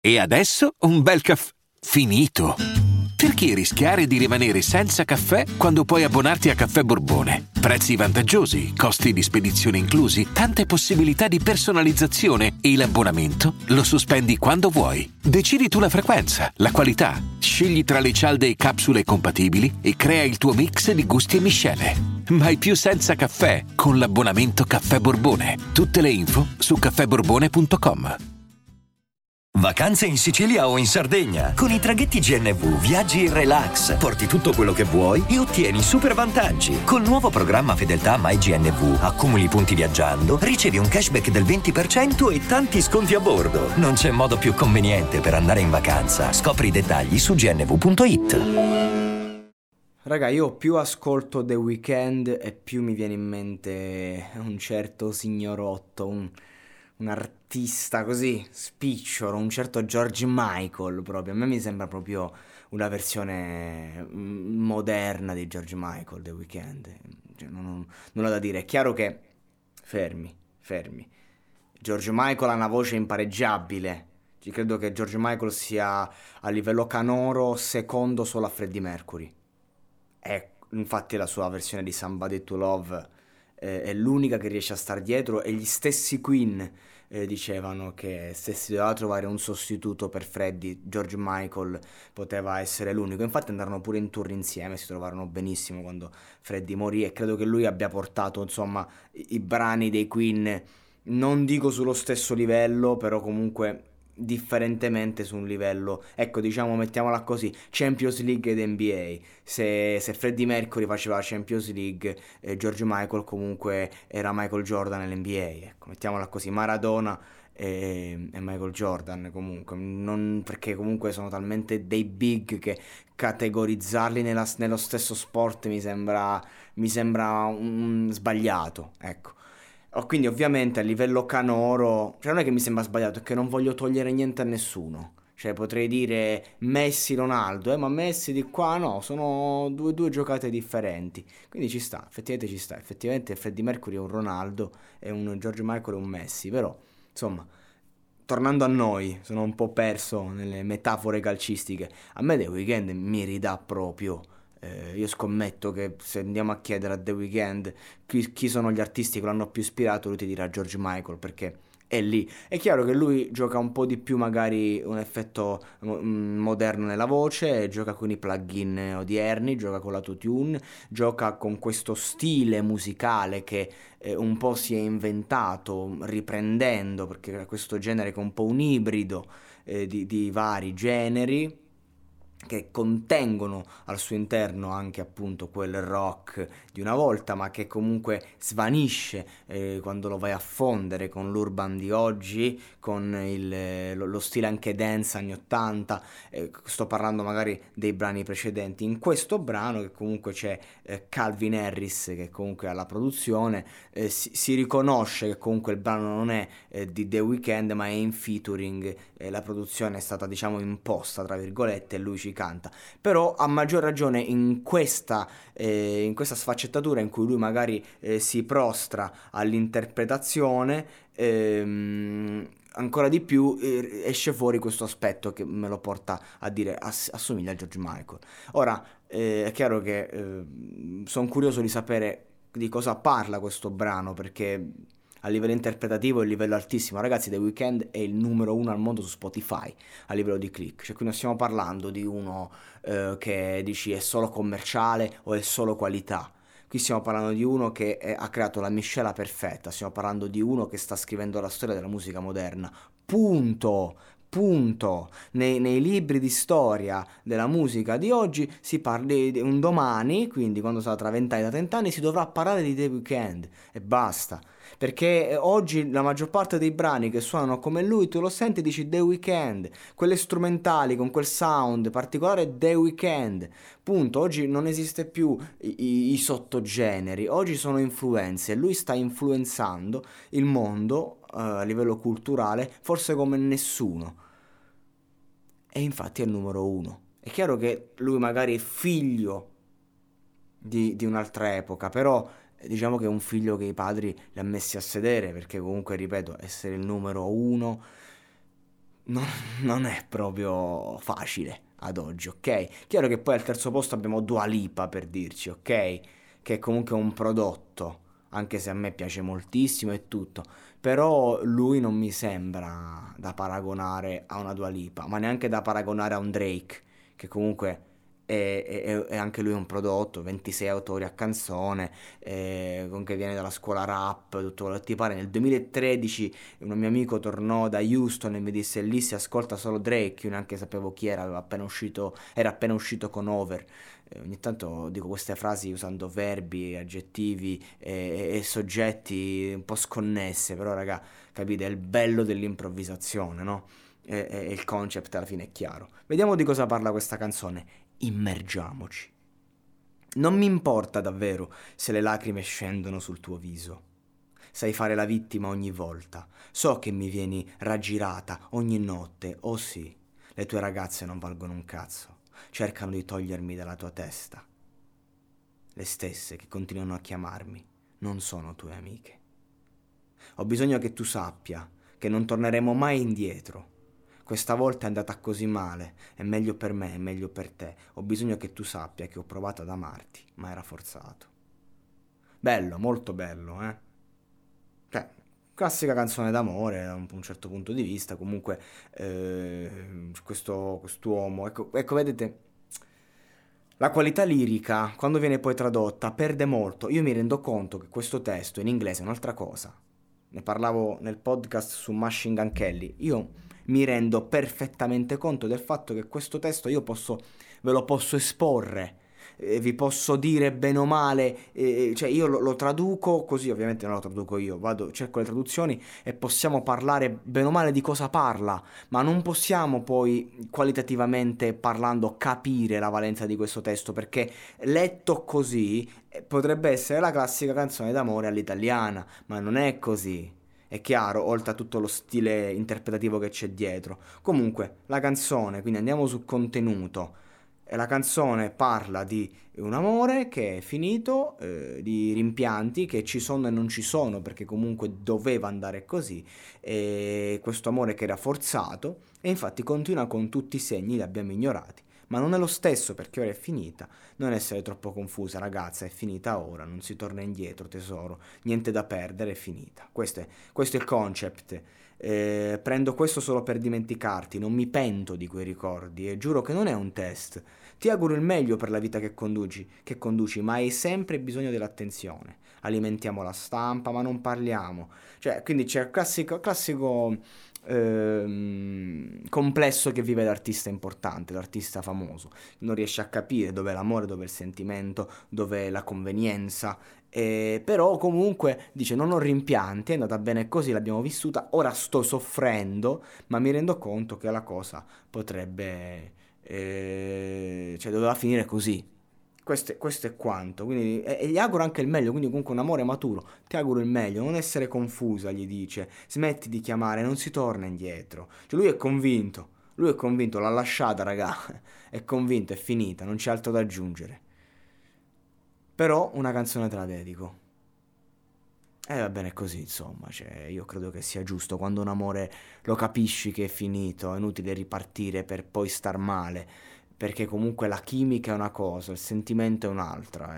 E adesso un bel caffè finito. Perché rischiare di rimanere senza caffè quando puoi abbonarti a Caffè Borbone? Prezzi vantaggiosi, costi di spedizione inclusi, tante possibilità di personalizzazione e l'abbonamento lo sospendi quando vuoi. Decidi tu la frequenza, la qualità, scegli tra le cialde e capsule compatibili e crea il tuo mix di gusti e miscele. Mai più senza caffè con l'abbonamento Caffè Borbone. Tutte le info su caffèborbone.com. Vacanze in Sicilia o in Sardegna. Con i traghetti GNV viaggi in relax, porti tutto quello che vuoi e ottieni super vantaggi. Col nuovo programma Fedeltà MyGNV accumuli punti viaggiando, ricevi un cashback del 20% e tanti sconti a bordo. Non c'è modo più conveniente per andare in vacanza. Scopri i dettagli su gnv.it. Raga, io più ascolto The Weeknd e più mi viene in mente un certo signorotto, un artista così spicciolo, un certo George Michael proprio. A me mi sembra proprio una versione moderna di George Michael, The Weeknd. Cioè, nulla da dire. È chiaro che fermi. George Michael ha una voce impareggiabile. Credo che George Michael sia a livello canoro secondo solo a Freddie Mercury. Infatti la sua versione di Somebody to Love è l'unica che riesce a star dietro, e gli stessi Queen dicevano che se si doveva trovare un sostituto per Freddie, George Michael poteva essere l'unico. Infatti andarono pure in tour insieme, si trovarono benissimo quando Freddie morì, e credo che lui abbia portato insomma i brani dei Queen, non dico sullo stesso livello, però comunque differentemente su un livello, ecco, diciamo, mettiamola così, Champions League ed NBA. Se Freddie Mercury faceva la Champions League, George Michael comunque era Michael Jordan nell'NBA, ecco, mettiamola così, Maradona e Michael Jordan comunque, non, perché comunque sono talmente dei big che categorizzarli nello stesso sport mi sembra sbagliato, ecco. Quindi ovviamente a livello canoro, cioè non è che mi sembra sbagliato, è che non voglio togliere niente a nessuno. Cioè potrei dire Messi, Ronaldo, ma Messi di qua no, sono due giocate differenti. Quindi ci sta, effettivamente Freddie Mercury è un Ronaldo e un George Michael è un Messi, però insomma, tornando a noi, sono un po' perso nelle metafore calcistiche. A me The Weeknd mi ridà proprio. Io scommetto che se andiamo a chiedere a The Weeknd chi sono gli artisti che l'hanno più ispirato, lui ti dirà George Michael, perché è lì. È chiaro che lui gioca un po' di più, magari un effetto moderno nella voce, gioca con i plugin odierni, gioca con l'autotune, gioca con questo stile musicale che un po' si è inventato riprendendo, perché questo genere che è un po' un ibrido di vari generi, che contengono al suo interno anche appunto quel rock di una volta, ma che comunque svanisce quando lo vai a fondere con l'urban di oggi, con lo stile anche dance anni 80. Sto parlando magari dei brani precedenti. In questo brano, che comunque c'è Calvin Harris che comunque ha la produzione, si riconosce che comunque il brano non è di The Weeknd, ma è in featuring, la produzione è stata, diciamo, imposta tra virgolette, e lui ci canta. Però a maggior ragione in questa sfaccettatura in cui lui magari si prostra all'interpretazione, ancora di più esce fuori questo aspetto che me lo porta a dire assomiglia a George Michael. Ora è chiaro che sono curioso di sapere di cosa parla questo brano, perché a livello interpretativo è un livello altissimo. Ragazzi, The Weeknd è il numero uno al mondo su Spotify a livello di click. Cioè qui non stiamo parlando di uno che dici è solo commerciale o è solo qualità. Qui stiamo parlando di uno che ha creato la miscela perfetta. Stiamo parlando di uno che sta scrivendo la storia della musica moderna. Punto. Punto. Nei libri di storia della musica di oggi si parla di un domani, quindi quando sarà tra 20 anni, da 30 anni, si dovrà parlare di The Weeknd e basta. Perché oggi la maggior parte dei brani che suonano come lui, tu lo senti e dici The Weeknd, quelle strumentali con quel sound particolare, The Weeknd. Punto. Oggi non esiste più i sottogeneri, oggi sono influenze, e lui sta influenzando il mondo a livello culturale forse come nessuno, e infatti è il numero uno. È chiaro che lui magari è figlio di un'altra epoca, però diciamo che è un figlio che i padri li ha messi a sedere, perché comunque, ripeto, essere il numero uno non, non è proprio facile ad oggi, ok? Chiaro che poi al terzo posto abbiamo Dua Lipa, per dirci, ok? Che è comunque un prodotto, anche se a me piace moltissimo e tutto, però lui non mi sembra da paragonare a una Dua Lipa, ma neanche da paragonare a un Drake, che comunque è anche lui un prodotto, 26 autori a canzone, comunque viene dalla scuola rap, tutto quello che ti pare. Nel 2013 un mio amico tornò da Houston e mi disse: lì si ascolta solo Drake. Io neanche sapevo chi era, era appena uscito con Over. Ogni tanto dico queste frasi usando verbi, aggettivi e soggetti un po' sconnesse, però raga, capite, è il bello dell'improvvisazione, no? E il concept alla fine è chiaro. Vediamo di cosa parla questa canzone. Immergiamoci. Non mi importa davvero se le lacrime scendono sul tuo viso. Sai fare la vittima ogni volta. So che mi vieni raggirata ogni notte. Oh sì, le tue ragazze non valgono un cazzo. Cercano di togliermi dalla tua testa. Le stesse che continuano a chiamarmi non sono tue amiche. Ho bisogno che tu sappia che non torneremo mai indietro. Questa volta è andata così male, è meglio per me, è meglio per te. Ho bisogno che tu sappia che ho provato ad amarti, ma era forzato. Bello, molto bello, eh? Cioè, classica canzone d'amore da un certo punto di vista. Comunque, quest'uomo, ecco, vedete, la qualità lirica, quando viene poi tradotta, perde molto. Io mi rendo conto che questo testo in inglese è un'altra cosa. Ne parlavo nel podcast su Machine Gun Kelly. Io mi rendo perfettamente conto del fatto che questo testo ve lo posso esporre, vi posso dire bene o male, cioè io lo traduco così, ovviamente non lo traduco io, cerco le traduzioni e possiamo parlare bene o male di cosa parla, ma non possiamo poi qualitativamente parlando capire la valenza di questo testo, perché letto così potrebbe essere la classica canzone d'amore all'italiana, ma non è così. È chiaro, oltre a tutto lo stile interpretativo che c'è dietro. Comunque, la canzone, quindi andiamo sul contenuto. La canzone parla di un amore che è finito, di rimpianti che ci sono e non ci sono, perché comunque doveva andare così, e questo amore che era forzato, e infatti continua con tutti i segni, li abbiamo ignorati. Ma non è lo stesso perché ora è finita. Non essere troppo confusa, ragazza, è finita ora, non si torna indietro, tesoro, niente da perdere, è finita. Questo è il concept. Prendo questo solo per dimenticarti, non mi pento di quei ricordi e giuro che non è un test. Ti auguro il meglio per la vita che conduci, ma hai sempre bisogno dell'attenzione. Alimentiamo la stampa, ma non parliamo. Cioè, quindi c'è il classico complesso che vive l'artista importante, l'artista famoso. Non riesce a capire dov'è l'amore, dov'è il sentimento, dov'è la convenienza. Però comunque dice: non ho rimpianti, è andata bene così, l'abbiamo vissuta, ora sto soffrendo, ma mi rendo conto che la cosa potrebbe, cioè doveva finire così. Questo è quanto, quindi, e gli auguro anche il meglio, quindi comunque un amore maturo, ti auguro il meglio, non essere confusa, gli dice, smetti di chiamare, non si torna indietro. Cioè lui è convinto, l'ha lasciata, raga, è convinto, è finita, non c'è altro da aggiungere. Però una canzone te la dedico. E va bene così, insomma, cioè, io credo che sia giusto quando un amore lo capisci che è finito, è inutile ripartire per poi star male, perché comunque la chimica è una cosa, il sentimento è un'altra.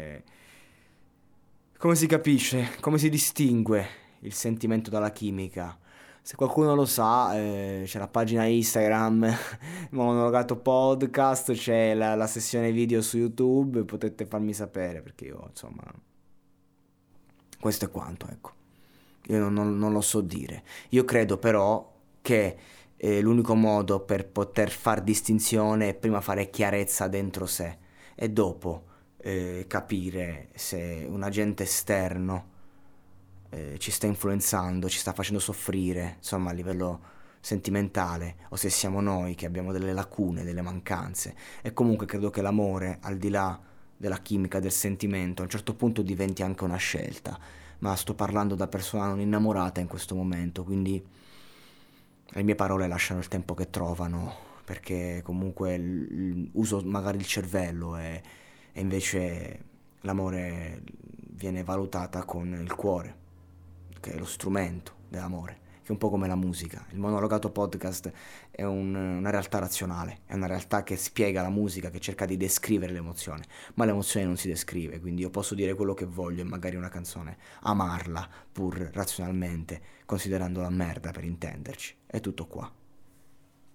Come si capisce, come si distingue il sentimento dalla chimica? Se qualcuno lo sa, c'è la pagina Instagram, Monologato Podcast, c'è la sessione video su YouTube, potete farmi sapere, perché io, insomma, questo è quanto, ecco. Io non lo so dire. Io credo però che l'unico modo per poter far distinzione è prima fare chiarezza dentro sé e dopo capire se un agente esterno ci sta influenzando, ci sta facendo soffrire, insomma a livello sentimentale, o se siamo noi che abbiamo delle lacune, delle mancanze. E comunque credo che l'amore, al di là della chimica, del sentimento, a un certo punto diventi anche una scelta. Ma sto parlando da persona non innamorata in questo momento, quindi le mie parole lasciano il tempo che trovano, perché comunque uso magari il cervello e invece l'amore viene valutata con il cuore, che è lo strumento dell'amore. che è un po' come la musica. Il monologato podcast è una realtà razionale, è una realtà che spiega la musica, che cerca di descrivere l'emozione, ma l'emozione non si descrive, quindi io posso dire quello che voglio e magari una canzone amarla pur razionalmente, considerandola merda per intenderci. È tutto qua.